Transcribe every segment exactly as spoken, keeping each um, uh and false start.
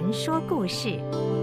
人说故事。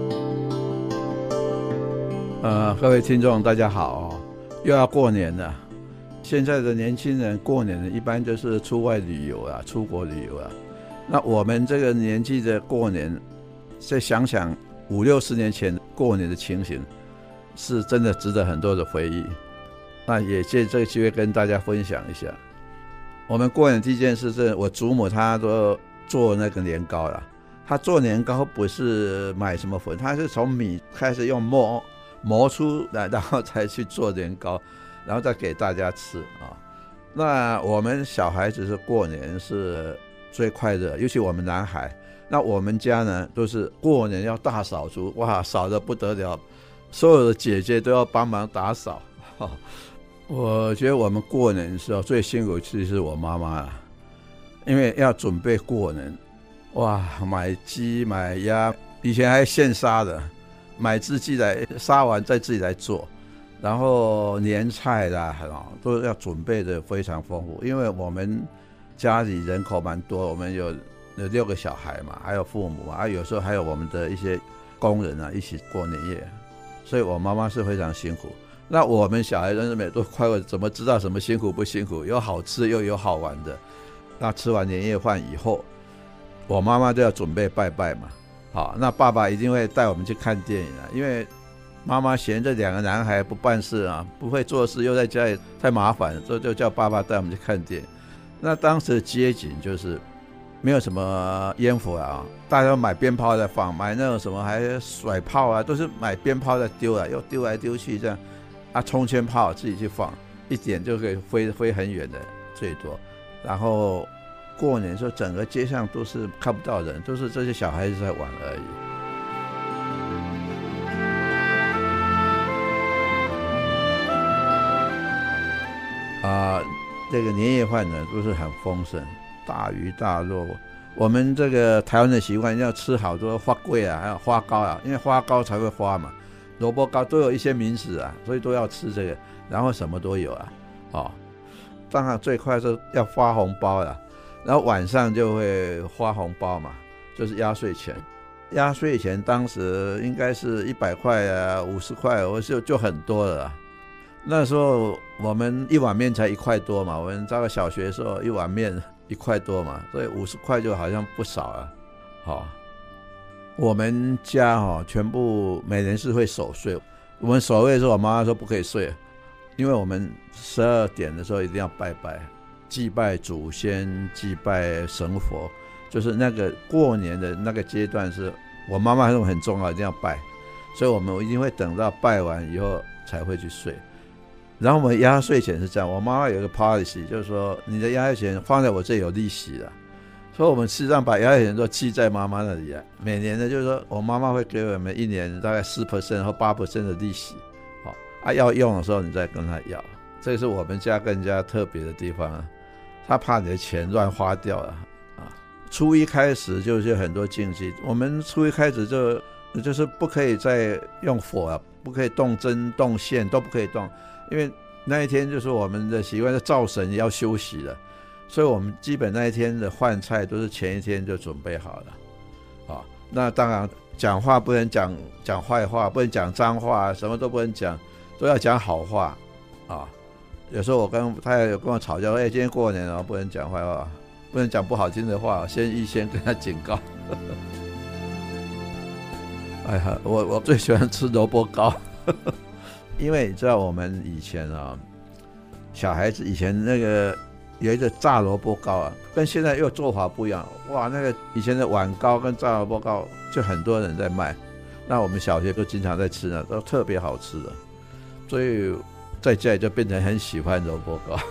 呃，各位听众大家好，又要过年了。现在的年轻人过年一般就是出外旅游啊，出国旅游啊。那我们这个年纪的过年，再想想五六十年前过年的情形，是真的值得很多的回忆。那也借这个机会跟大家分享一下。我们过年第一件事是我祖母她都做那个年糕了。她做年糕不是买什么粉，她是从米开始用磨磨出来，然后才去做年糕，然后再给大家吃啊。那我们小孩子是过年是最快乐，尤其我们男孩。那我们家呢，都是过年要大扫除，哇，扫得不得了，所有的姐姐都要帮忙打扫。哦，我觉得我们过年的时候最辛苦其实是我妈妈啦，因为要准备过年，哇，买鸡买鸭，以前还现杀的，买自己来杀完再自己来做，然后年菜啦都要准备的非常丰富，因为我们家里人口蛮多，我们有有六个小孩嘛，还有父母嘛，啊，有时候还有我们的一些工人啊一起过年夜，所以我妈妈是非常辛苦。那我们小孩子每都快乐，怎么知道什么辛苦不辛苦？有好吃又有好玩的。那吃完年夜饭以后，我妈妈就要准备拜拜嘛。好，那爸爸一定会带我们去看电影啊，因为妈妈嫌这两个男孩不办事啊，不会做事，又在家里太麻烦，所以就叫爸爸带我们去看电影。那当时的街景就是没有什么烟火啊，大家都买鞭炮在放，买那种什么还甩炮啊，都是买鞭炮在丢啊，又丢来丢去这样。啊，冲天炮自己去放，一点就可以飞飞很远的最多。然后过年的时候，整个街上都是看不到人，都是这些小孩子在玩而已。啊，这个年夜饭呢都是很丰盛，大鱼大肉。我们这个台湾的习惯要吃好多花粿啊，还有花糕啊，因为花糕才会花嘛。萝卜糕都有一些名字啊，所以都要吃这个，然后什么都有啊，哦，当然最快是要发红包啦，然后晚上就会发红包嘛，就是压岁钱。压岁钱当时应该是一百块啊，五十块，我就就很多了啦。那时候我们一碗面才一块多嘛，我们大概小学的时候一碗面一块多嘛，所以五十块就好像不少啊，好、哦。我们家、哦、全部每年是会守岁，我们守岁的时候我妈妈说不可以睡，因为我们十二点的时候一定要拜拜，祭拜祖先，祭拜神佛，就是那个过年的那个阶段是我妈妈认为很重要，一定要拜，所以我们一定会等到拜完以后才会去睡。然后我们压岁钱是这样，我妈妈有一个 policy， 就是说你的压岁钱放在我这里有利息了，所以我们实际上把压岁钱都记在妈妈那里啊。每年呢，就是说我妈妈会给我们一年大概 百分之四 或 百分之八 的利息，好啊，要用的时候你再跟她要，这是我们家更加特别的地方啊。她怕你的钱乱花掉了啊。初一开始就是很多禁忌，我们初一开始就就是不可以再用火啊，不可以动针动线都不可以动，因为那一天就是我们的习惯是灶神要休息了。所以我们基本那一天的饭菜都是前一天就准备好了，啊，那当然讲话不能讲讲坏话，不能讲脏话，什么都不能讲，都要讲好话，啊，有时候我跟他有跟我吵架，哎，今天过年了，不能讲坏话，不能讲不好听的话，先预先跟他警告。哎呀，我我最喜欢吃萝卜糕，因为你知道我们以前啊，小孩子以前那个。有一个炸萝卜糕啊，跟现在又做法不一样。哇，那个以前的碗糕跟炸萝卜糕就很多人在卖，那我们小学都经常在吃呢，都特别好吃的，所以在家里就变成很喜欢萝卜糕。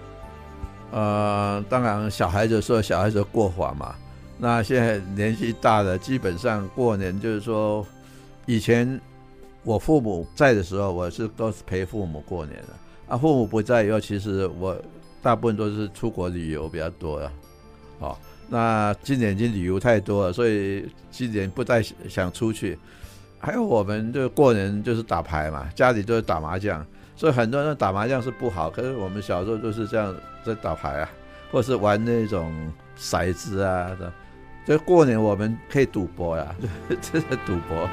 呃，当然小孩子说小孩子过法嘛，那现在年纪大了，基本上过年就是说，以前我父母在的时候，我是都是陪父母过年的啊，父母不在以后，其实我。大部分都是出国旅游比较多了，哦，那今年已经旅游太多了，所以今年不太想出去。还有我们就过年就是打牌嘛，家里都是打麻将，所以很多人打麻将是不好，可是我们小时候就是这样在打牌啊，或是玩那种骰子啊， 这过年我们可以赌博啦，这是赌博。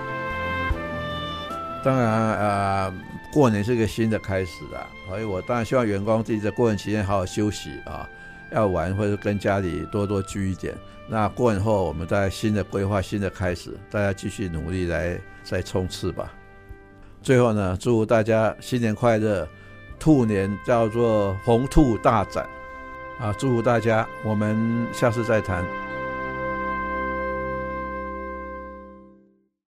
当然呃，过年是一个新的开始啊，所以我当然希望员工自己在过年期间好好休息啊，要玩或者跟家里多多聚一点。那过年后我们再新的规划、新的开始，大家继续努力来再冲刺吧。最后呢，祝大家新年快乐，兔年叫做红兔大展啊！祝福大家，我们下次再谈。